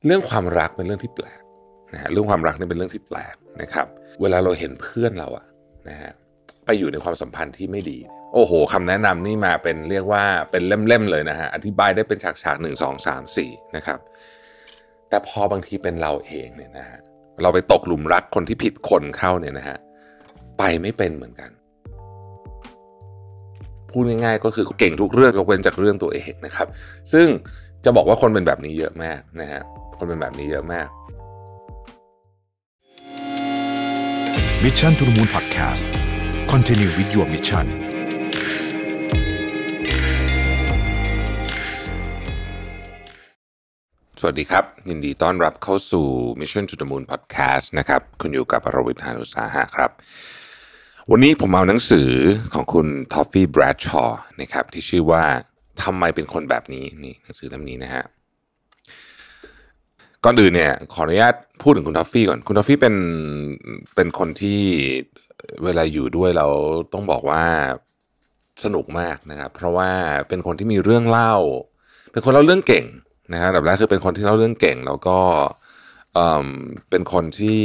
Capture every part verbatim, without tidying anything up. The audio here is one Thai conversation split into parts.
เรื่องความรักเป็นเรื่องที่แปลกนะฮะเรื่องความรักนี่เป็นเรื่องที่แปลกนะครับเวลาเราเห็นเพื่อนเราอะนะฮะไปอยู่ในความสัมพันธ์ที่ไม่ดีโอ้โหคำแนะนำนี่มาเป็นเรียกว่าเป็นเล่มๆเลยนะฮะอธิบายได้เป็นฉากๆหนึ่งสองสามสี่นะครับแต่พอบางทีเป็นเราเองเนี่ยนะฮะเราไปตกหลุมรักคนที่ผิดคนเข้าเนี่ยนะฮะไปไม่เป็นเหมือนกันพูดง่ายๆก็คือเก่งทุกเรื่องยกเว้นจากเรื่องตัวเองนะครับซึ่งจะบอกว่าคนเป็นแบบนี้เยอะมากนะฮะคนเป็นแบบนี้เยอะมาก Mission to the Moon Podcast Continue with your mission สวัสดีครับยินดีต้อนรับเข้าสู่ Mission to the Moon Podcast นะครับคุณอยู่กับอรวิทย์ หาญอุตสาหะครับวันนี้ผมเอาหนังสือของคุณทอฟฟี่ แบรดชอว์นะครับที่ชื่อว่าทำไมเป็นคนแบบนี้นี่หนังสือเล่มนี้นะฮะก่อนอื่นเนี่ยขออนุญาตพูดถึงคุณทอฟฟี่ก่อนคุณทอฟฟี่เป็นเป็นคนที่เวลาอยู่ด้วยเราต้องบอกว่าสนุกมากนะครับเพราะว่าเป็นคนที่มีเรื่องเล่าเป็นคนเล่าเรื่องเก่งนะครับแบบแรกคือเป็นคนที่เล่าเรื่องเก่งแล้วก็เอ่อเป็นคนที่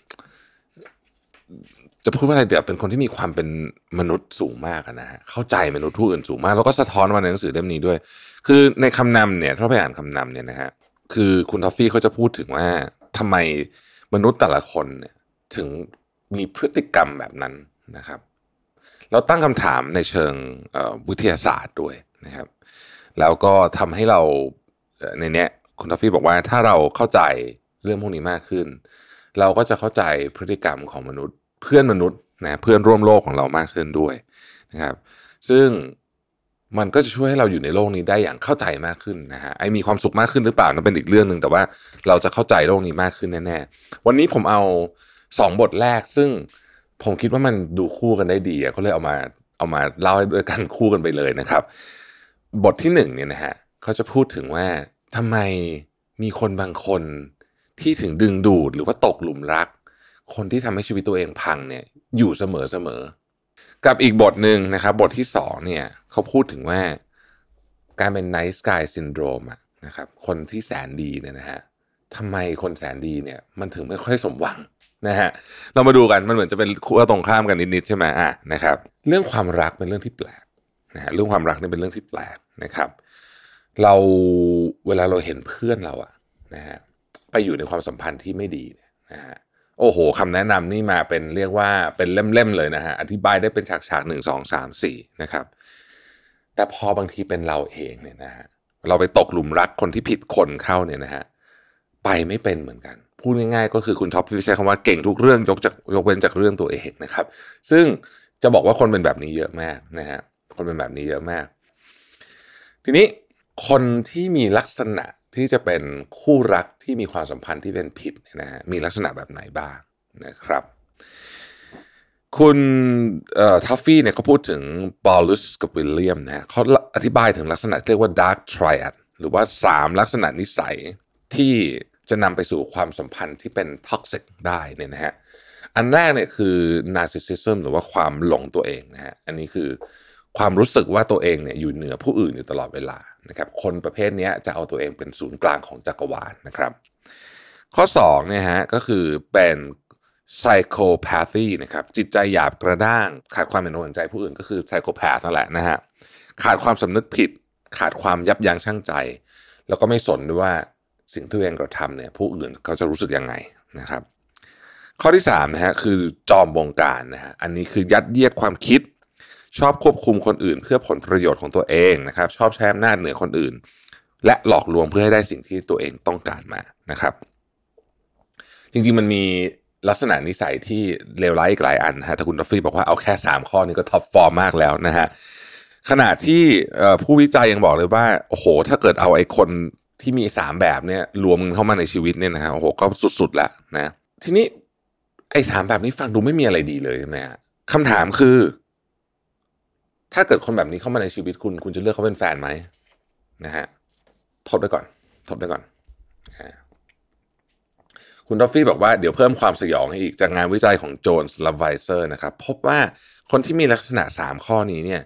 จะพูดว่าอะไรเดี๋ยวเป็นคนที่มีความเป็นมนุษย์สูงมากนะฮะเข้าใจมนุษย์ผู้อื่นสูงมากแล้วก็สะท้อนมาในหนังสือเล่มนี้ด้วยคือในคำนำเนี่ยถ้าไปอ่านคำนำเนี่ยนะฮะคือคุณทอฟฟี่เขาจะพูดถึงว่าทำไมมนุษย์แต่ละคนเนี่ยถึงมีพฤติกรรมแบบนั้นนะครับเราตั้งคำถามในเชิงวิทยาศาสตร์ด้วยนะครับแล้วก็ทำให้เราในเนี้ยคุณทอฟฟี่บอกว่าถ้าเราเข้าใจเรื่องพวกนี้มากขึ้นเราก็จะเข้าใจพฤติกรรมของมนุษย์เพื่อนมนุษย์นะเพื่อนร่วมโลกของเรามากขึ้นด้วยนะครับซึ่งมันก็จะช่วยให้เราอยู่ในโลกนี้ได้อย่างเข้าใจมากขึ้นนะฮะไอ้มีความสุขมากขึ้นหรือเปล่านั่นเป็นอีกเรื่องนึงแต่ว่าเราจะเข้าใจโลกนี้มากขึ้นแน่ๆวันนี้ผมเอาสองบทแรกซึ่งผมคิดว่ามันดูคู่กันได้ดีอ่ะก็เลยเอามาเอามาเล่าให้ด้วยกันคู่กันไปเลยนะครับบทที่หนึ่งเนี่ยนะฮะเขาจะพูดถึงว่าทำไมมีคนบางคนที่ถึงดึงดูดหรือว่าตกหลุมรักคนที่ทำให้ชีวิตตัวเองพังเนี่ยอยู่เสมอๆกับอีกบทหนึ่งนะครับบทที่สองเนี่ยเขาพูดถึงว่าการเป็น nice guy syndrome อะนะครับคนที่แสนดีเนี่ยนะฮะทำไมคนแสนดีเนี่ยมันถึงไม่ค่อยสมหวังนะฮะเรามาดูกันมันเหมือนจะเป็นคู่ตรงข้ามกันนิดๆใช่ไหมอ่ะนะครับเรื่องความรักเป็นเรื่องที่แปลกนะฮะเรื่องความรักนี่เป็นเรื่องที่แปลกนะครับเราเวลาเราเห็นเพื่อนเราอะนะฮะไปอยู่ในความสัมพันธ์ที่ไม่ดีนะฮะโอ้โหคำแนะนำนี่มาเป็นเรียกว่าเป็นเล่มๆเลยนะฮะอธิบายได้เป็นฉากๆหนึ่งสองสามสี่นะครับแต่พอบางทีเป็นเราเองเนี่ยนะฮะเราไปตกหลุมรักคนที่ผิดคนเข้าเนี่ยนะฮะไปไม่เป็นเหมือนกันพูดง่ายๆก็คือคุณท็อปฟี่ใช้คำว่าเก่งทุกเรื่องยกจากยกเว้นจากเรื่องตัวเองนะครับซึ่งจะบอกว่าคนเป็นแบบนี้เยอะมากนะฮะคนเป็นแบบนี้เยอะมากทีนี้คนที่มีลักษณะที่จะเป็นคู่รักที่มีความสัมพันธ์ที่เป็นผิดนะฮะมีลักษณะแบบไหนบ้างนะครับคุณเอ่อทัฟฟี่เนี่ยเขาพูดถึงปอลุสกับวิลเลียมนะฮะเขาอธิบายถึงลักษณะเรียกว่า dark triad หรือว่าสามลักษณะนิสัยที่จะนำไปสู่ความสัมพันธ์ที่เป็น toxic ได้เนี่ยนะฮะอันแรกเนี่ยคือ narcissism หรือว่าความหลงตัวเองนะฮะอันนี้คือความรู้สึกว่าตัวเองเนี่ยอยู่เหนือผู้อื่นอยู่ตลอดเวลานะครับคนประเภทนี้จะเอาตัวเองเป็นศูนย์กลางของจักรวาลนะครับข้อสองเนี่ยฮะก็คือเป็น psychopathy นะครับจิตใจหยาบกระด้างขาดความเป็นห่วงใจผู้อื่นก็คือ psychopath นั่นแหละนะฮะขาดความสำนึกผิดขาดความยับยั้งชั่งใจแล้วก็ไม่สนด้วยว่าสิ่งที่ตัวเองกระทำเนี่ยผู้อื่นเขาจะรู้สึกยังไงนะครับข้อที่สามนะฮะคือจอมบงการนะฮะอันนี้คือยัดเยียดความคิดชอบควบคุมคนอื่นเพื่อผลประโยชน์ของตัวเองนะครับชอบใช้อำนาจเหนือคนอื่นและหลอกลวงเพื่อให้ได้สิ่งที่ตัวเองต้องการมานะครับจริงๆมันมีลักษณะนิสัยที่เลวร้ายอีกหลายอันนะฮะแต่คุณทอฟฟี่บอกว่าเอาแค่สามข้อนี้ก็ท็อปฟอร์มมากแล้วนะฮะขณะที่ผู้วิจัยยังบอกเลยว่าโอ้โหถ้าเกิดเอาไอ้คนที่มีสามแบบเนี่ยรวมเข้ามาในชีวิตเนี่ยนะฮะโอ้โหก็สุดๆแล้วนะทีนี้ไอ้สามแบบนี้ฟังดูไม่มีอะไรดีเลยใช่ไหมฮะคำถามคือถ้าเกิดคนแบบนี้เข้ามาในชีวิตคุณคุณจะเลือกเขาเป็นแฟนไหมนะฮะทบไว้ก่อนทบไว้ก่อนคุณทอฟฟี่บอกว่าเดี๋ยวเพิ่มความสยองให้อีกจากงานวิจัยของโจนส์และไวเซอร์นะครับพบว่าคนที่มีลักษณะสามข้อนี้เนี่ย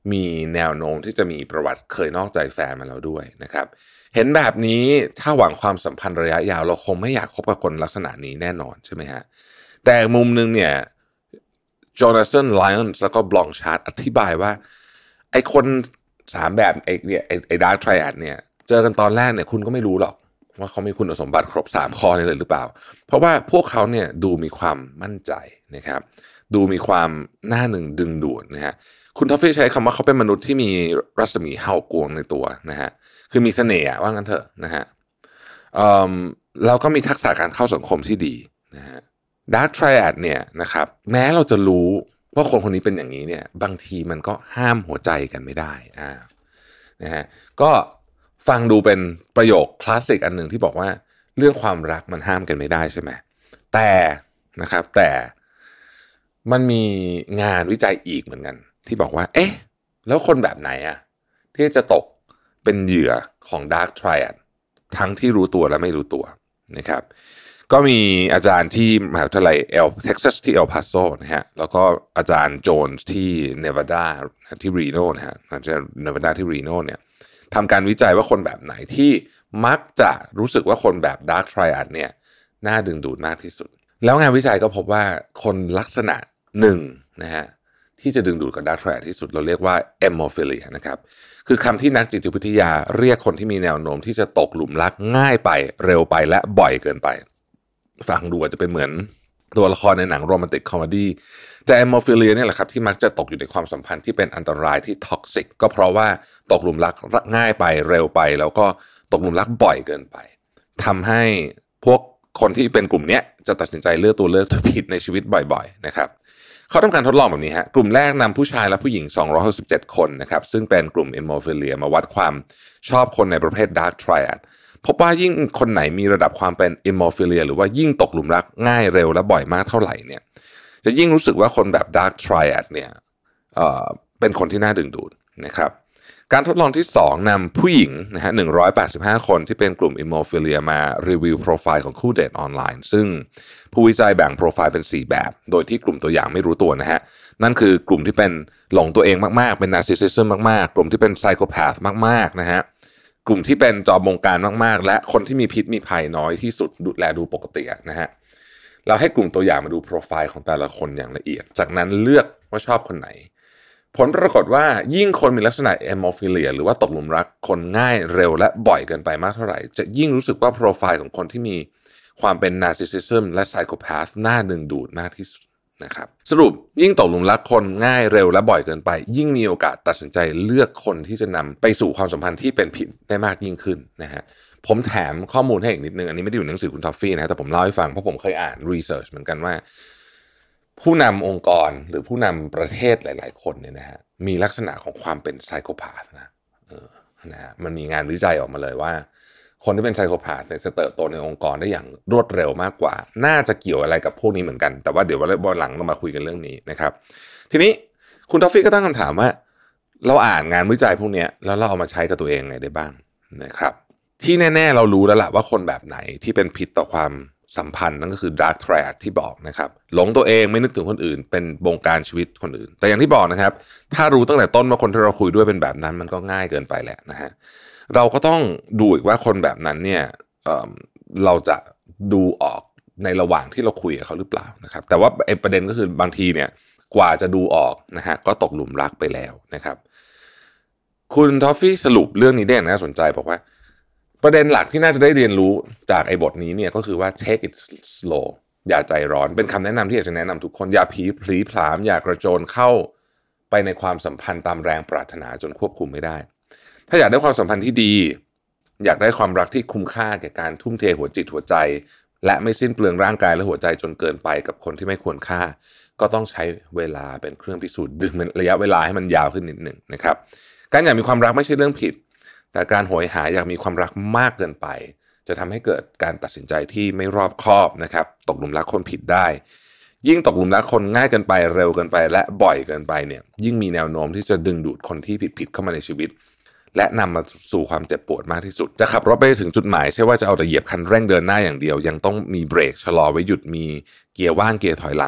มีแนวโน้มที่จะมีประวัติเคยนอกใจแฟนมาแล้วด้วยนะครับเห็นแบบนี้ถ้าหวังความสัมพันธ์ระยะยาวเราคงไม่อยากคบกับคนลักษณะนี้แน่นอนใช่ไหมฮะแต่มุมนึงเนี่ยจอนาธานไลออนส์แล้วก็บลองชาร์ตอธิบายว่าไอ้คนสามแบบไอ้เนี่ยไอ้ไอ้ดาร์กไทรแอดเนี่ยเจอกันตอนแรกเนี่ยคุณก็ไม่รู้หรอกว่าเขามีคุณสมบัติครบสามข้อนี้เลยหรือเปล่าเพราะว่าพวกเขาเนี่ยดูมีความมั่นใจนะครับดูมีความหน้าหนึ่งดึงดูดนะฮะคุณทอฟฟี่ใช้คำว่าเขาเป็นมนุษย์ที่มีรัศมีเห่ากวงในตัวนะฮะคือมีเสน่ห์ว่างั้นเถอะนะฮะเราก็มีทักษะการเข้าสังคมที่ดีนะฮะดาร์กไทรแอดเนี่ยนะครับแม้เราจะรู้ว่าคนคนนี้เป็นอย่างนี้เนี่ยบางทีมันก็ห้ามหัวใจกันไม่ได้อ่านะฮะก็ฟังดูเป็นประโยคคลาสสิกอันหนึ่งที่บอกว่าเรื่องความรักมันห้ามกันไม่ได้ใช่ไหมแต่นะครับแต่มันมีงานวิจัยอีกเหมือนกันที่บอกว่าเอ๊ะแล้วคนแบบไหนอะที่จะตกเป็นเหยื่อของ Dark Triad ทั้งที่รู้ตัวและไม่รู้ตัวนะครับก็มีอาจารย์ที่มหาวิทยาลัยเอลเท็กซัสที่เอลพาโซนะฮะแล้วก็อาจารย์โจนส์ที่เนวาดาที่รีโนนะฮะอาจารย์เนวาดาที่รีโนเนี่ยทำการวิจัยว่าคนแบบไหนที่มักจะรู้สึกว่าคนแบบ Dark Triad เนี่ยน่าดึงดูดมากที่สุดแล้วงานวิจัยก็พบว่าคนลักษณะหนึ่งนะฮะที่จะดึงดูดกับ Dark Triad ที่สุดเราเรียกว่า Hemophilia นะครับคือคำที่นักจิตวิทยาเรียกคนที่มีแนวโน้มที่จะตกหลุมรักง่ายไปเร็วไปและบ่อยเกินไปฟังดูอาจจะเป็นเหมือนตัวละครในหนังโรแมนติกคอมเมดี้แต่ Hemophilia เนี่ยแหละครับที่มักจะตกอยู่ในความสัมพันธ์ที่เป็นอันตรายที่ท็อกซิกก็เพราะว่าตกหลุมรักง่ายไปเร็วไปแล้วก็ตกหลุมรักบ่อยเกินไปทำให้พวกคนที่เป็นกลุ่มนี้จะตัดสินใจเลือกตัวเลือกผิดในชีวิตบ่อยๆนะครับเขาทำการทดลองแบบนี้ฮะกลุ่มแรกนำผู้ชายและผู้หญิงสองร้อยหกสิบเจ็ดคนนะครับซึ่งเป็นกลุ่ม Hemophilia มาวัดความชอบคนในประเภท Dark Triad พบว่ายิ่งคนไหนมีระดับความเป็น Hemophilia หรือว่ายิ่งตกหลุมรักง่ายเร็วและบ่อยมากเท่าไหร่เนี่ยจะยิ่งรู้สึกว่าคนแบบ Dark Triad เนี่ย เอ่อ เป็นคนที่น่าดึงดูดนะครับการทดลองที่สองนำผู้หญิงนะฮะหนึ่งร้อยแปดสิบห้าคนที่เป็นกลุ่ม Hemophilia มารีวิวโปรไฟล์ของคู่เดทออนไลน์ซึ่งผู้วิจัยแบ่งโปรไฟล์เป็นสี่แบบโดยที่กลุ่มตัวอย่างไม่รู้ตัวนะฮะนั่นคือกลุ่มที่เป็นหลงตัวเองมากๆเป็น narcissism มากๆกลุ่มที่เป็น psychopath มากๆนะฮะกลุ่มที่เป็นจอมบงการมากๆและคนที่มีพิษมีภัยน้อยที่สุดดูแลดูปกตินะฮะเราให้กลุ่มตัวอย่างมาดูโปรไฟล์ของแต่ละคนอย่างละเอียดจากนั้นเลือกว่าชอบคนไหนผลปรากฏว่ายิ่งคนมีลักษณะ Hemophilia หรือว่าตกหลุมรักคนง่ายเร็วและบ่อยเกินไปมากเท่าไหร่จะยิ่งรู้สึกว่าโปรไฟล์ของคนที่มีความเป็น narcissism และ psychopath น่าดึงดูดมากที่สุดนะครับสรุปยิ่งตกหลุมรักคนง่ายเร็วและบ่อยเกินไปยิ่งมีโอกาสตัดสินใจเลือกคนที่จะนำไปสู่ความสัมพันธ์ที่เป็นผิดได้มากยิ่งขึ้นนะฮะผมแถมข้อมูลให้อีกนิดนึงอันนี้ไม่ได้อยู่ในหนังสือคุณทอฟฟี่นะแต่ผมเล่าให้ฟังเพราะผมเคยอ่านรีเสิร์ชเหมือนกันว่าผู้นำองค์กรหรือผู้นำประเทศหลายๆคนเนี่ยนะฮะมีลักษณะของความเป็นไซโคพาธนะเออนะฮะมันมีงานวิจัยออกมาเลยว่าคนที่เป็นไซโคพาธเนี่ยจะเติบโตในองค์กรได้อย่างรวดเร็วมากกว่าน่าจะเกี่ยวอะไรกับพวกนี้เหมือนกันแต่ว่าเดี๋ยววันหลังเรามาคุยกันเรื่องนี้นะครับทีนี้คุณทอฟฟี่ก็ตั้งคำถามว่าเราอ่านงานวิจัยพวกนี้แล้วเราเอามาใช้กับตัวเองไงได้บ้างนะครับที่แน่ๆเรารู้แล้วล่ะว่าคนแบบไหนที่เป็นพิษต่อความสัมพันธ์นั่นก็คือ Dark Triad ที่บอกนะครับหลงตัวเองไม่นึกถึงคนอื่นเป็นบงการชีวิตคนอื่นแต่อย่างที่บอกนะครับถ้ารู้ตั้งแต่ต้นว่าคนที่เราคุยด้วยเป็นแบบนั้นมันก็ง่ายเกินไปแหละนะฮะเราก็ต้องดูอีกว่าคนแบบนั้นเนี่ย เอ่อ เราจะดูออกในระหว่างที่เราคุยกับเขาหรือเปล่านะครับแต่ว่าไอ้ประเด็นก็คือบางทีเนี่ยกว่าจะดูออกนะฮะก็ตกหลุมรักไปแล้วนะครับคุณทอฟฟี่สรุปเรื่องนี้ได้น่าสนใจบอกว่าประเด็นหลักที่น่าจะได้เรียนรู้จากไอ้บทนี้เนี่ยก็คือว่า take it slow อย่าใจร้อนเป็นคำแนะนำที่อยากจะแนะนำทุกคนอย่าผีพลีผลามอย่ากระโจนเข้าไปในความสัมพันธ์ตามแรงปรารถนาจนควบคุมไม่ได้ถ้าอยากได้ความสัมพันธ์ที่ดีอยากได้ความรักที่คุ้มค่าแก่การทุ่มเทหัวจิตหัวใจและไม่สิ้นเปลืองร่างกายและหัวใจจนเกินไปกับคนที่ไม่ควรค่าก็ต้องใช้เวลาเป็นเครื่องพิสูจน์ดึงระยะเวลาให้มันยาวขึ้นนิดหนึ่งนะครับการอยากมีความรักไม่ใช่เรื่องผิดแต่การโหยหาอยากมีความรักมากเกินไปจะทำให้เกิดการตัดสินใจที่ไม่รอบคอบนะครับตกหลุมรักคนผิดได้ยิ่งตกหลุมรักคนง่ายเกินไปเร็วเกินไปและบ่อยเกินไปเนี่ยยิ่งมีแนวโน้มที่จะดึงดูดคนที่ผิดๆเข้ามาในชีวิตและนำมาสู่ความเจ็บปวดมากที่สุดจะขับรถไปถึงจุดหมายใช่ว่าจะเอาแต่เหยียบคันเร่งเดินหน้าอย่างเดียวยังต้องมีเบรกชะลอไว้หยุดมีเกียร์ว่างเกียร์ถอยหลัง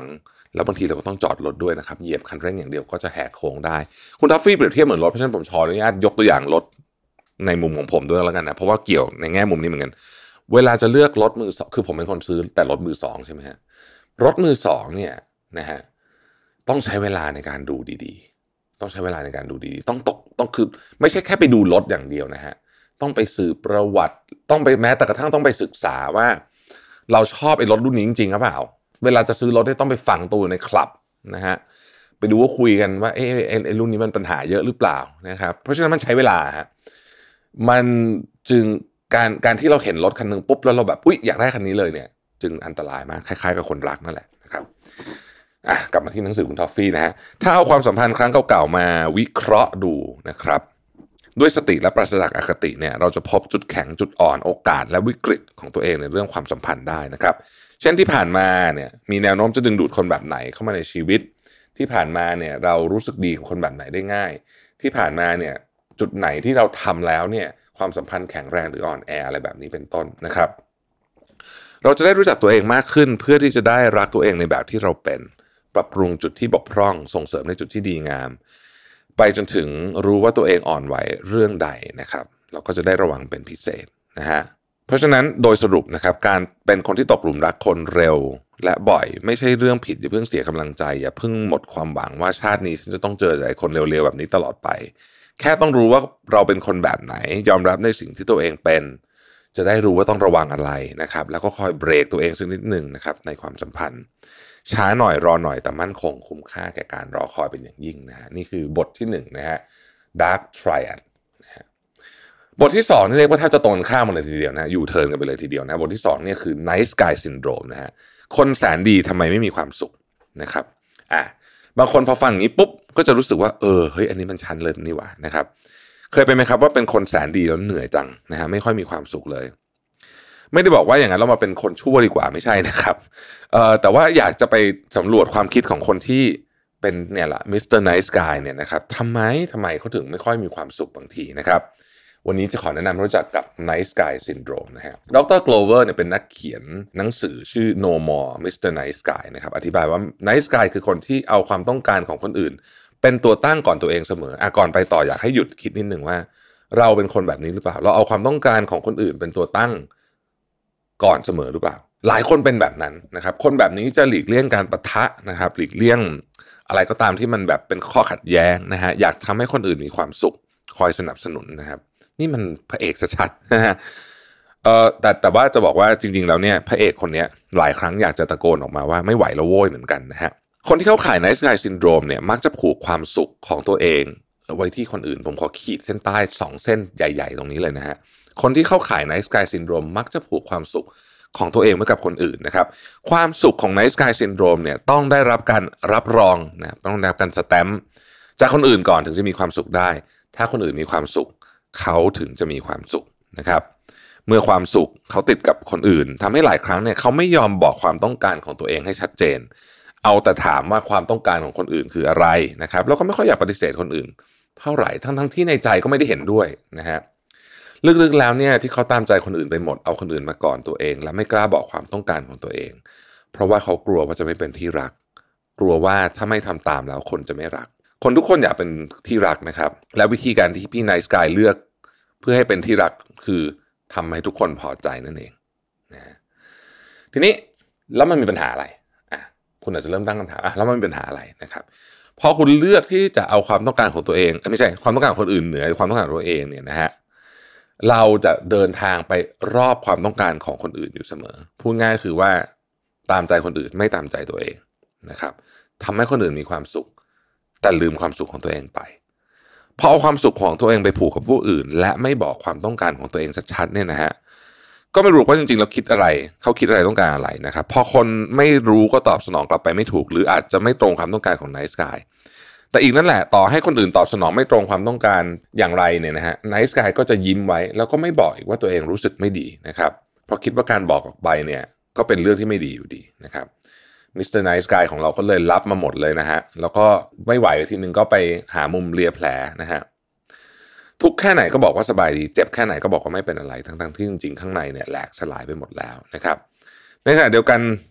แล้วบางทีเราก็ต้องจอดรถด้วยนะครับเหยียบคันเร่งอย่างเดียวก็จะแหกโค้งได้คุณทัฟฟี่เปรียบเทียบเหมือนรถเพราะฉะนั้นผมขออนุญาตยกตัวอย่างรถในมุมของผมด้วยแล้วกันนะเพราะว่าเกี่ยวในแง่มุมนี้เหมือนกันเวลาจะเลือกรถมือสองคือผมเป็นคนซื้อแต่รถมือสองใช่ไหมฮะรถมือสองเนี่ยนะฮะต้องใช้เวลาในการดูดีๆต้องใช้เวลาในการดูดีๆต้องตกต้องคือไม่ใช่แค่ไปดูรถอย่างเดียวนะฮะต้องไปสืบประวัติต้องไปแม้แต่กระทั่งต้องไปศึกษาว่าเราชอบไอ้รถรุ่นนี้จริงๆหรือเปล่าเวลาจะซื้อรถต้องไปฝังตัวในคลับนะฮะไปดูว่าคุยกันว่าเอ๊ะไอ้รุ่นนี้มันปัญหาเยอะหรือเปล่านะครับเพราะฉะนั้นมันใช้เวลาฮะมันจึงการการที่เราเห็นรถคันนึงปุ๊บแล้วเราแบบอุ๊ยอยากได้คันนี้เลยเนี่ยจึงอันตรายมากคล้ายๆกับคนรักนั่นแหละนะครับอ่ะกลับมาที่หนังสือคุณทอฟฟี่นะฮะถ้าเอาความสัมพันธ์ครั้งเก่าๆมาวิเคราะห์ดูนะครับด้วยสติและปราศจากอคติเนี่ยเราจะพบจุดแข็งจุดอ่อนโอกาสและวิกฤตของตัวเองในเรื่องความสัมพันธ์ได้นะครับเช่นที่ผ่านมาเนี่ยมีแนวโน้มจะดึงดูดคนแบบไหนเข้ามาในชีวิตที่ผ่านมาเนี่ยเรารู้สึกดีกับคนแบบไหนได้ง่ายที่ผ่านมาเนี่ยจุดไหนที่เราทำแล้วเนี่ยความสัมพันธ์แข็งแรงหรืออ่อนแออะไรแบบนี้เป็นต้นนะครับเราจะได้รู้จักตัวเองมากขึ้นเพื่อที่จะได้รักตัวเองในแบบที่เราเป็นปรับปรุงจุดที่บกพร่องส่งเสริมในจุดที่ดีงามไปจนถึงรู้ว่าตัวเองอ่อนไหวเรื่องใดนะครับเราก็จะได้ระวังเป็นพิเศษนะฮะเพราะฉะนั้นโดยสรุปนะครับการเป็นคนที่ตกหลุมรักคนเร็วและบ่อยไม่ใช่เรื่องผิดอย่าเพิ่งเสียกำลังใจอย่าเพิ่งหมดความหวังว่าชาตินี้ฉันจะต้องเจอแต่คนเร็วๆแบบนี้ตลอดไปแค่ต้องรู้ว่าเราเป็นคนแบบไหนยอมรับในสิ่งที่ตัวเองเป็นจะได้รู้ว่าต้องระวังอะไรนะครับแล้วก็คอยเบรกตัวเองสักนิดหนึ่งนะครับในความสัมพันธ์ช้าหน่อยรอหน่อยแต่มั่นคงคุ้มค่าแก่การรอคอยเป็นอย่างยิ่งนะฮะนี่คือบทที่หนึ่งนะฮะ Dark Triad นะฮะบทที่สองนี่เรียกว่าแทบจะตรงข้ามกันเลยทีเดียวนะอยู่เทิร์นกันไปเลยทีเดียวนะบทที่สองเนี่ยคือ Nice Guy Syndrome นะฮะคนแสนดีทำไมไม่มีความสุขนะครับอ่ะบางคนพอฟังอย่างนี้ปุ๊บก็จะรู้สึกว่าเออเฮ้ยอันนี้มันชันเลยนี่หว่านะครับเคยเป็นไหมครับว่าเป็นคนแสนดีแล้วเหนื่อยจังนะฮะไม่ค่อยมีความสุขเลยไม่ได้บอกว่าอย่างนั้นเรามาเป็นคนชั่วดีกว่าไม่ใช่นะครับเอ่อแต่ว่าอยากจะไปสำรวจความคิดของคนที่เป็นเนี่ยแหละมิสเตอร์ไนซ์กายเนี่ยนะครับทำไมทำไมเขาถึงไม่ค่อยมีความสุขบางทีนะครับวันนี้จะขอแนะนำรู้จักกับ Nice Guy Syndrome นะฮะดร. Glover เนี่ยเป็นนักเขียนหนังสือชื่อ No More มิสเตอร์ Nice Guy นะครับอธิบายว่า Nice Guy คือคนที่เอาความต้องการของคนอื่นเป็นตัวตั้งก่อนตัวเองเสมออ่ะก่อนไปต่ออยากให้หยุดคิดนิดหนึ่งว่าเราเป็นคนแบบนี้หรือเปล่าเราเอาความต้องการของคนอื่นเป็นตัวตั้งก่อนเสมอหรือเปล่าหลายคนเป็นแบบนั้นนะครับคนแบบนี้จะหลีกเลี่ยงการปะทะนะครับหลีกเลี่ยงอะไรก็ตามที่มันแบบเป็นข้อขัดแย้งนะฮะอยากทำให้คนอื่นมีความสุขคอยสนับสนุนนะครับนี่มันพระเอกชัดๆนะฮะเอ่อแต่แต่ว่าจะบอกว่าจริงๆแล้วเนี่ยพระเอกคนนี้หลายครั้งอยากจะตะโกนออกมาว่าไม่ไหวแล้วโว้ยเหมือนกันนะฮะคนที่เข้าข่าย Nice Guy Syndrome เนี่ยมักจะผูกความสุขของตัวเองไว้ที่คนอื่นผมขอขีดเส้นใต้สองเส้นใหญ่ๆตรงนี้เลยนะฮะคนที่เข้าข่าย Nice Guy Syndrome มักจะผูกความสุขของตัวเองไว้กับคนอื่นนะครับความสุขของ Nice Guy Syndrome เนี่ยต้องได้รับการรับรองนะต้องได้รับการสแตมป์จากคนอื่นก่อนถึงจะมีความสุขได้ถ้าคนอื่นมีความสุขเขาถึงจะมีความสุขนะครับเมื่อความสุขเขาติดกับคนอื่นทำให้หลายครั้งเนี่ยเขาไม่ยอมบอกความต้องการของตัวเองให้ชัดเจนเอาแต่ถามว่าความต้องการของคนอื่นคืออะไรนะครับแล้วก็ไม่ค่อยอยากปฏิเสธคนอื่นเท่าไหร่ทั้งๆที่ในใจก็ไม่ได้เห็นด้วยนะฮะลึกๆแล้วเนี่ยที่เขาตามใจคนอื่นไปหมดเอาคนอื่นมาก่อนตัวเองและไม่กล้าบอกความต้องการของตัวเองเพราะว่าเขากลัวว่าจะไม่เป็นที่รักกลัวว่าถ้าไม่ทำตามแล้วคนจะไม่รักคนทุกคนอยากเป็นที่รักนะครับและวิธีการที่พี่ไนซ์กายเลือกเพื่อให้เป็นที่รักคือทำให้ทุกคนพอใจนั่นเองนะทีนี้แล้วมันมีปัญหาอะไรอ่ะคุณอาจจะเริ่มตั้งคำถามอ่ะแล้วมันมีปัญหาอะไรนะครับพอคุณเลือกที่จะเอาความต้องการของตัวเองไม่ใช่ความต้องการของคนอื่นเหนือความต้องการของตัวเองเนี่ยนะฮะเราจะเดินทางไปรอบความต้องการของคนอื่นอยู่เสมอพูดง่ายคือว่าตามใจคนอื่นไม่ตามใจตัวเองนะครับทำให้คนอื่นมีความสุขแต่ลืมความสุขของตัวเองไปพอเอาความสุขของตัวเองไปผูกกับผู้อื่นและไม่บอกความต้องการของตัวเองชัดๆเนี่ยนะฮะก็ไม่รู้ว่าจริงๆเราคิดอะไรเขาคิดอะไรต้องการอะไรนะครับพอคนไม่รู้ก็ตอบสนองกลับไปไม่ถูกหรืออาจจะไม่ตรงความต้องการของ Nice Guy แต่อีกนั่นแหละต่อให้คนอื่นตอบสนองไม่ตรงความต้องการอย่างไรเนี่ยนะฮะ Nice Guy ก็จะยิ้มไว้แล้วก็ไม่บอกอีกว่าตัวเองรู้สึกไม่ดีนะครับเพราะคิดว่าการบอกออกไปเนี่ยก็เป็นเรื่องที่ไม่ดีอยู่ดีนะครับมิสเตอร์ไนซ์กายของเราก็เลยรับมาหมดเลยนะฮะแล้วก็ไม่ไหวทีนึงก็ไปหามุมเลียแผลนะฮะทุกแค่ไหนก็บอกว่าสบายดีเจ็บแค่ไหนก็บอกว่าไม่เป็นอะไรทั้งๆที่จริงๆข้างในเนี่ยแหลกสลายไปหมดแล้วนะครับในขณะเดียวกัน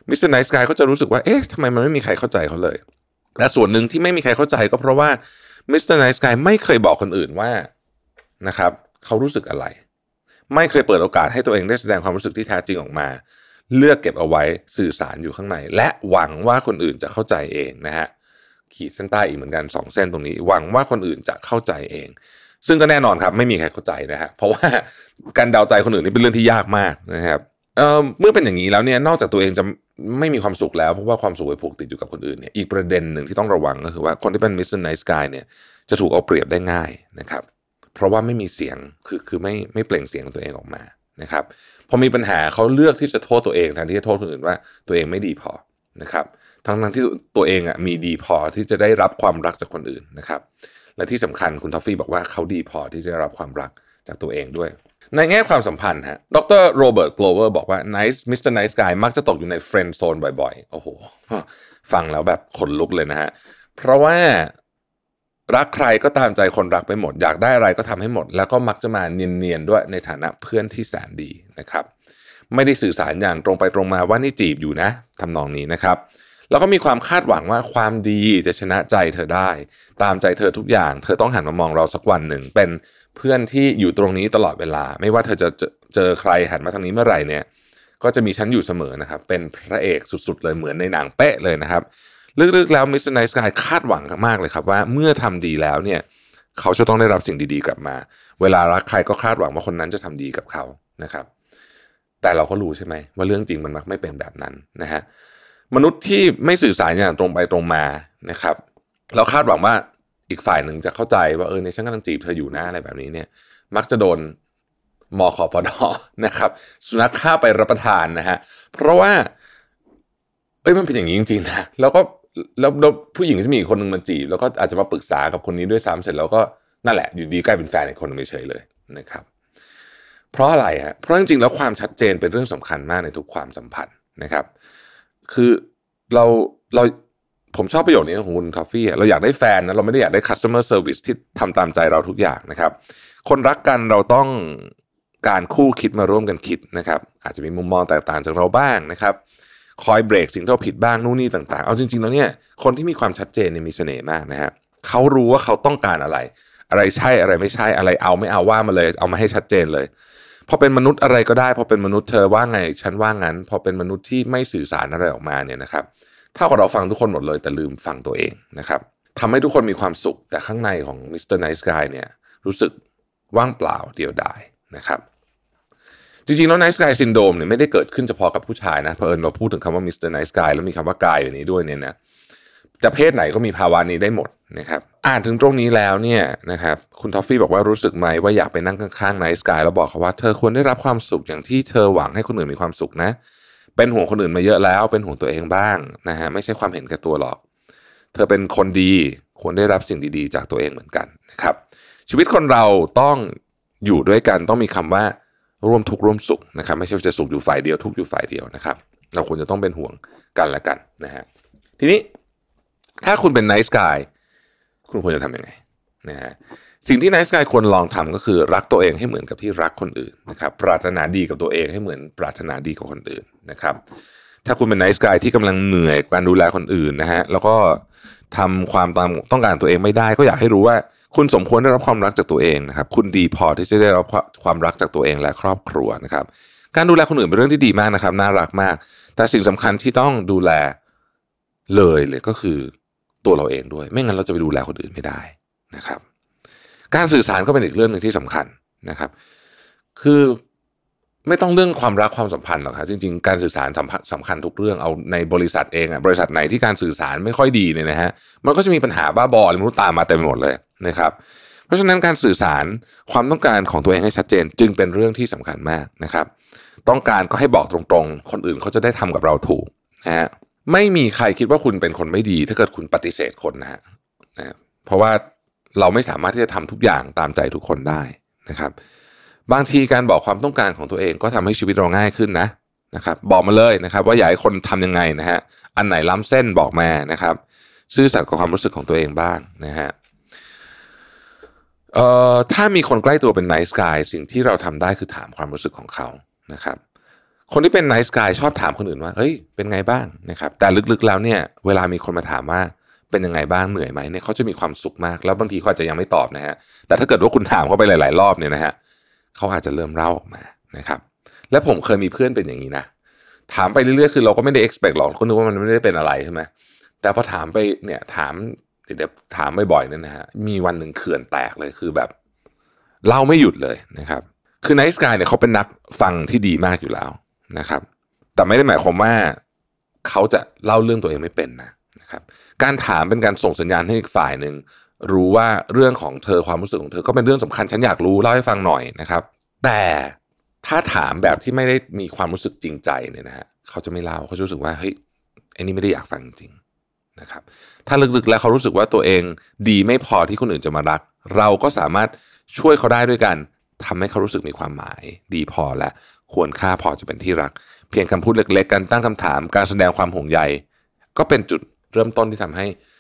มิสเตอร์ไนท์สกายก็จะรู้สึกว่าเอ๊ะทำไมมันไม่มีใครเข้าใจเขาเลยและส่วนหนึ่งที่ไม่มีใครเข้าใจก็เพราะว่ามิสเตอร์ไนท์สกายไม่เคยบอกคนอื่นว่านะครับเขารู้สึกอะไรไม่เคยเปิดโอกาสให้ตัวเองได้แสดงความรู้สึกที่แท้จริงออกมาเลือกเก็บเอาไว้สื่อสารอยู่ข้างในและหวังว่าคนอื่นจะเข้าใจเองนะฮะขีดเส้นใต้อีกเหมือนกันสองเส้นตรงนี้หวังว่าคนอื่นจะเข้าใจเองซึ่งก็แน่นอนครับไม่มีใครเข้าใจนะฮะเพราะว่าการเดาใจคนอื่นนี่เป็นเรื่องที่ยากมากนะครับเอ่อเมื่อเป็นอย่างนี้แล้วเนี่ยนอกจากตัวเองจะไม่มีความสุขแล้วเพราะว่าความสุขไปผูกติดอยู่กับคนอื่นเนี่ยอีกประเด็นหนึ่งที่ต้องระวังก็คือว่าคนที่เป็นมิสเตอร์ไนท์สกายเนี่ยจะถูกเอาเปรียบได้ง่ายนะครับเพราะว่าไม่มีเสียงคือคือไม่ไม่เปล่งเสียงตัวเองออกมานะครับพอมีปัญหาเขาเลือกที่จะโทษตัวเองแทนที่จะโทษคนอื่นว่าตัวเองไม่ดีพอนะครับทั้งทั้งที่ตัวเองอ่ะมีดีพอที่จะได้รับความรักจากคนอื่นนะครับและที่สำคัญคุณทอฟฟี่บอกว่าเขาดีพอที่จะได้รับความรักจากตัวเองด้วยในแง่ความสัมพันธ์ฮะดรโรเบิร์ตโกลเวอร์บอกว่า Nice มิสเตอร์ Nice Guy มักจะตกอยู่ในเฟรนด์โซนบ่อยๆโอ้โหฟังแล้วแบบขนลุกเลยนะฮะเพราะว่ารักใครก็ตามใจคนรักไปหมดอยากได้อะไรก็ทำให้หมดแล้วก็มักจะมาเนียนๆด้วยในฐานะเพื่อนที่แสนดีนะครับไม่ได้สื่อสารอย่างตรงไปตรงมาว่านี่จีบอยู่นะทำนองนี้นะครับแล้วก็มีความคาดหวังว่าความดีจะชนะใจเธอได้ตามใจเธอทุกอย่างเธอต้องหันมามองเราสักวันหนึ่งเป็นเพื่อนที่อยู่ตรงนี้ตลอดเวลาไม่ว่าเธอจะเจอเจอใครหันมาทางนี้เมื่อไหร่เนี่ยก็จะมีฉันอยู่เสมอนะครับเป็นพระเอกสุดๆเลยเหมือนในหนังเป๊ะเลยนะครับลึกๆแล้วมิสเตอร์ไนท์สกายคาดหวังมากเลยครับว่าเมื่อทำดีแล้วเนี่ยเขาจะต้องได้รับสิ่งดีๆกลับมาเวลารักใครก็คาดหวังว่าคนนั้นจะทำดีกับเขานะครับแต่เราก็รู้ใช่ไหมว่าเรื่องจริงมันมักไม่เป็นแบบนั้นนะฮะมนุษย์ที่ไม่สื่อสารอย่างตรงไปตรงมานะครับเราคาดหวังว่าอีกฝ่ายหนึ่งจะเข้าใจว่าเออในฉันกำลังจีบเธออยู่นะอะไรแบบนี้เนี่ยมักจะโดนมคปดนะครับสุนัขฆ่าไปรับประทานนะฮะเพราะว่าเอ้ยมันเป็นอย่างนี้จริงๆนะแล้วก็แล้วผู้หญิงที่มีอีกคนนึงมาจีบแล้วก็อาจจะมาปรึกษากับคนนี้ด้วยซ้ำเสร็จแล้วก็นั่นแหละอยู่ดีกลายเป็นแฟนอีกคนนึงไปเฉยเลยนะครับเพราะอะไรฮะเพราะจริงๆแล้วความชัดเจนเป็นเรื่องสำคัญมากในทุกความสัมพันธ์นะครับคือเราเราผมชอบประโยคนี้ของคุณทอฟฟี่เราอยากได้แฟนนะเราไม่ได้อยากได้ customer service ที่ทำตามใจเราทุกอย่างนะครับคนรักกันเราต้องการคู่คิดมาร่วมกันคิดนะครับอาจจะมีมุมมองแตกต่างจากเราบ้างนะครับคอยเบรกสิ่งที่เราผิดบ้างนู่นนี่ต่างๆเอาจริงๆแล้วเนี่ยคนที่มีความชัดเจนเนี่ยมีเสน่ห์มากนะฮะเขารู้ว่าเขาต้องการอะไรอะไรใช่อะไรไม่ใช่อะไรเอาไม่เอาว่ามาเลยเอามาให้ชัดเจนเลยพอเป็นมนุษย์อะไรก็ได้พอเป็นมนุษย์เธอว่าไงฉันว่างั้นพอเป็นมนุษย์ที่ไม่สื่อสารอะไรออกมาเนี่ยนะครับเท่ากับเราฟังทุกคนหมดเลยแต่ลืมฟังตัวเองนะครับทำให้ทุกคนมีความสุขแต่ข้างในของมิสเตอร์ไนท์สกายเนี่ยรู้สึกว่างเปล่าเดียวดายนะครับจริงๆแล้วไนท์สกายซินโดรมเนี่ยไม่ได้เกิดขึ้นเฉพาะกับผู้ชายนะเผอิญเราพูดถึงคำว่ามิสเตอร์ไนท์สกายแล้วมีคำว่ากายอยู่นี้ด้วยเนี่ยนะจะเพศไหนก็มีภาวะนี้ได้หมดนะครับอ่านถึงตรงนี้แล้วเนี่ยนะครับคุณทอฟฟี่บอกว่ารู้สึกไหมว่าอยากไปนั่งข้างๆไนท์สกายแล้วบอกเขาว่าเธอควรได้รับความสุขอย่างที่เธอหวังให้คนอื่นมีความสุขนะเป็นห่วงคนอื่นมาเยอะแล้วเป็นห่วงตัวเองบ้างนะฮะไม่ใช่ความเห็นแก่ตัวหรอกเธอเป็นคนดีควรได้รับสิ่งดีๆจากตัวเองเหมือนกันนะครับชีวิตคนเราต้องอยู่ด้วยกันต้องมีคำว่าร่วมทุกข์ร่วมสุขนะครับไม่ใช่จะสุขอยู่ฝ่ายเดียวทุกข์อยู่ฝ่ายเดียวนะครับเราควรจะต้องเป็นห่วงกันและกันนะฮะทีนี้ถ้าคุณเป็นไนท์สกายคุณควรจะทำยังไงนะฮะสิ่งที่ไนท์สกายควรลองทำก็คือรักตัวเองให้เหมือนกับที่รักคนอื่นนะครับปรารถนาดีกับตัวเองให้เหมือนปรารถนาดีกับคนอื่นนะครับถ้าคุณเป็นไนท์สกายที่กำลังเหนื่อยการดูแลคนอื่นนะฮะแล้วก็ทำความตามต้องการตัวเองไม่ได้ก็อยากให้รู้ว่าคุณสมควรได้รับความรักจากตัวเองนะครับคุณดีพอที่จะได้รับความรักจากตัวเองและครอบครัวนะครับการดูแลคนอื่นเป็นเรื่องที่ดีมากนะครับน่ารักมากแต่สิ่งสำคัญที่ต้องดูแลเลยเลยก็คือตัวเราเองด้วยไม่งั้นเราจะไปดูแลคนอื่นไม่ได้นะครับการสื่อสารก็เป็นอีกเรื่องนึงที่สำคัญนะครับคือไม่ต้องเรื่องความรักความสัมพันธ์หรอกครับจริงๆการสื่อสารสำคัญทุกเรื่องเอาในบริษัทเองอ่ะบริษัทไหนที่การสื่อสารไม่ค่อยดีเนี่ยนะฮะมันก็จะมีปัญหาบ้าบออะไรไม่รู้ตามมาเต็มไปหมดเลยนะครับเพราะฉะนั้นการสื่อสารความต้องการของตัวเองให้ชัดเจนจึงเป็นเรื่องที่สำคัญมากนะครับต้องการก็ให้บอกตรงๆคนอื่นเขาจะได้ทำกับเราถูกนะฮะไม่มีใครคิดว่าคุณเป็นคนไม่ดีถ้าเกิดคุณปฏิเสธคนนะฮะนะเพราะว่าเราไม่สามารถที่จะทำทุกอย่างตามใจทุกคนได้นะครับบางทีการบอกความต้องการของตัวเองก็ทำให้ชีวิตเราง่ายขึ้นนะนะครับบอกมาเลยนะครับว่าอยากให้คนทำยังไงนะฮะอันไหนล้ำเส้นบอกมานะครับซื่อสัตย์กับความรู้สึกของตัวเองบ้างนะฮะเอ่อถ้ามีคนใกล้ตัวเป็นไนท์สกายสิ่งที่เราทำได้คือถามความรู้สึกของเขานะครับคนที่เป็น nice guy ชอบถามคนอื่นว่าเฮ้ยเป็นไงบ้างนะครับแต่ลึกๆแล้วเนี่ยเวลามีคนมาถามว่าเป็นยังไงบ้างเหนื่อยไหมเนี่ยเขาจะมีความสุขมากแล้วบางทีเขาอาจจะยังไม่ตอบนะฮะแต่ถ้าเกิดว่าคุณถามเขาไปหลายๆรอบเนี่ยนะฮะเขาอาจจะเริ่มเล่าออกมานะครับและผมเคยมีเพื่อนเป็นอย่างนี้นะถามไปเรื่อยๆคือเราก็ไม่ได้ expect หรอกคนนึกว่ามันไม่ได้เป็นอะไรใช่ไหมแต่พอถามไปเนี่ยถามเดี๋ยวถามบ่อยๆเนี่ยนะฮะมีวันหนึ่งเขื่อนแตกเลยคือแบบเล่าไม่หยุดเลยนะครับคือ nice guy เนี่ยเขาเป็นนักฟังที่ดีมากอยู่แล้วนะครับแต่ไม่ได้หมายความว่าเขาจะเล่าเรื่องตัวเองไม่เป็นนะนะครับการถามเป็นการส่งสัญญาณให้อีกฝ่ายหนึ่งรู้ว่าเรื่องของเธอความรู้สึกของเธอก็เป็นเรื่องสำคัญฉันอยากรู้เล่าให้ฟังหน่อยนะครับแต่ถ้าถามแบบที่ไม่ได้มีความรู้สึกจริงใจเนี่ยนะฮะเขาจะไม่เล่าเขาจะรู้สึกว่าเฮ้ยไอ้นี่ไม่ได้อยากฟังจริงนะครับถ้าลึกๆแล้วเขารู้สึกว่าตัวเองดีไม่พอที่คนอื่นจะมารักเราก็สามารถช่วยเขาได้ด้วยกันทำให้เขารู้สึกมีความหมายดีพอและควรค่าพอจะเป็นที่รักเพียงคำพูดเล็กๆการตั้งคำถามการแสดงความห่วงใยก็เป็นจุดเริ่มต้นที่ทำให้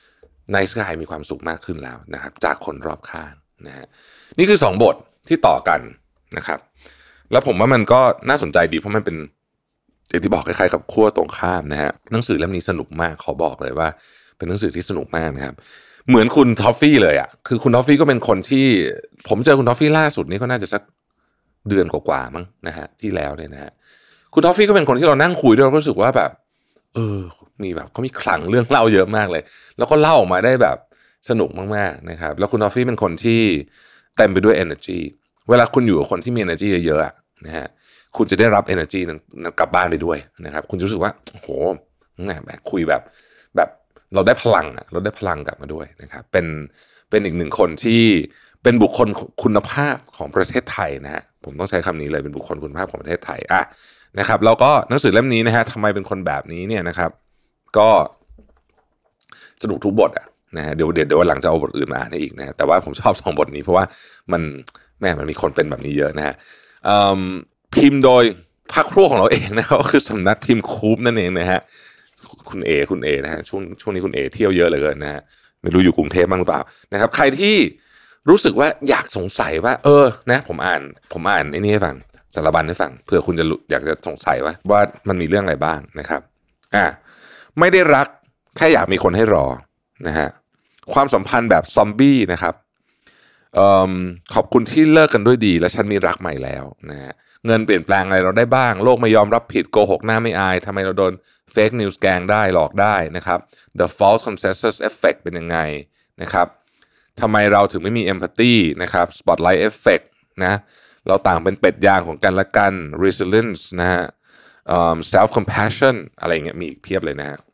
nice guy มีความสุขมากขึ้นแล้วนะครับจากคนรอบข้างนะฮะนี่คือสองบทที่ต่อกันนะครับแล้วผมว่ามันก็น่าสนใจดีเพราะมันเป็นอย่างที่บอกคล้ายๆกับขั้วตรงข้ามนะฮะหนังสือเล่มนี้สนุกมากขอบอกเลยว่าเป็นหนังสือที่สนุกมากนะครับเหมือนคุณทอฟฟี่เลยอ่ะคือคุณทอฟฟี่ก็เป็นคนที่ผมเจอคุณทอฟฟี่ล่าสุดนี้ก็น่าจะสักเดือนกว่าๆมั้งนะฮะที่แล้วเนี่ยนะฮะคุณทอฟฟี่ก็เป็นคนที่เรานั่งคุยด้วยเรารู้สึกว่าแบบเออมีแบบเขามีคลังเรื่องเล่าเยอะมากเลยแล้วก็เล่าออกมาได้แบบสนุกมากๆนะครับแล้วคุณทอฟฟี่เป็นคนที่เต็มไปด้วย energy เวลาคุณอยู่กับคนที่มี energy เยอะๆนะฮะคุณจะได้รับ energy นั้นกลับบ้านไปด้วยนะครับคุณจะรู้สึกว่าโอ้โหแหมแบบคุยแบบแบบเราได้พลังอ่ะเราได้พลังกลับมาด้วยนะครับเป็นเป็นอีกหนึ่งคนที่เป็นบุคคลคุณภาพของประเทศไทยนะฮะผมต้องใช้คำนี้เลยเป็นบุคคลคุณภาพของประเทศไทยอ่ะนะครับแล้วก็หนังสือเล่มนี้นะฮะทำไมเป็นคนแบบนี้เนี่ยนะครับก็สนุกทุกบทอ่ะนะฮะเดี๋ยวเดี๋ยวเดี๋ยววันหลังจะเอาบทอื่นมาอ่านให้อีกนะแต่ว่าผมชอบสองบทนี้เพราะว่ามันแม่มันมีคนเป็นแบบนี้เยอะนะฮะพิมพ์โดยพรรคพวกของเราเองนะครับก็คือสำนักพิมพ์คูปนั่นเองนะฮะคุณเอคุณเอนะฮะช่วงช่วงนี้คุณเอเที่ยวเยอะเหลือเกินนะฮะไม่รู้อยู่กรุงเทพบ้างหรือเปล่านะครับใครที่รู้สึกว่าอยากสงสัยว่าเออนะผมอ่านผมอ่านไอ้นี่ให้ฟังสารบัญให้ฟังเผื่อคุณจะอยากจะสงสัยว่าว่ามันมีเรื่องอะไรบ้างนะครับอ่ะไม่ได้รักแค่อยากมีคนให้รอนะฮะความสัมพันธ์แบบซอมบี้นะครับเอ่อขอบคุณที่เลิกกันด้วยดีและฉันมีรักใหม่แล้วนะฮะเงินเปลี่ยนแปลงอะไรเราได้บ้างโลกไม่ยอมรับผิดโกหกหน้าไม่อายทำไมเราโดน fake news แกล้งได้หลอกได้นะครับ the false consensus effect เป็นยังไงนะครับทำไมเราถึงไม่มี empathy นะครับ spotlight effect นะเราต่างเป็นเป็ดย่างของกันและกัน resilience นะฮะ um, self compassion อะไรเงี้ยมีอีกเพียบเลยนะฮะ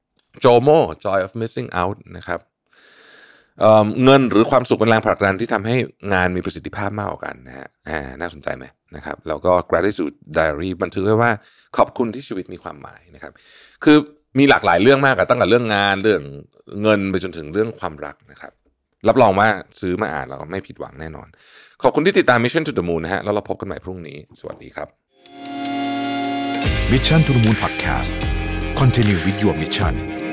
jomo joy of missing out นะครับ เอ่อเงินหรือความสุขเป็นแรงผลักดันที่ทำให้งานมีประสิทธิภาพมากกว่ากันนะฮะอ่าน่าสนใจไหมนะครับแล้วก็ gratitude diary บันทึกไว้ว่าขอบคุณที่ชีวิตมีความหมายนะครับคือมีหลากหลายเรื่องมากอะตั้งแต่เรื่องงานเรื่องเงินไปจนถึงเรื่องความรักนะครับรับรองว่าซื้อมาอ่านแล้วก็ไม่ผิดหวังแน่นอนขอบคุณที่ติดตาม Mission to the Moon นะฮะแล้วเราพบกันใหม่พรุ่งนี้สวัสดีครับ Mission to the Moon Podcast Continue with your mission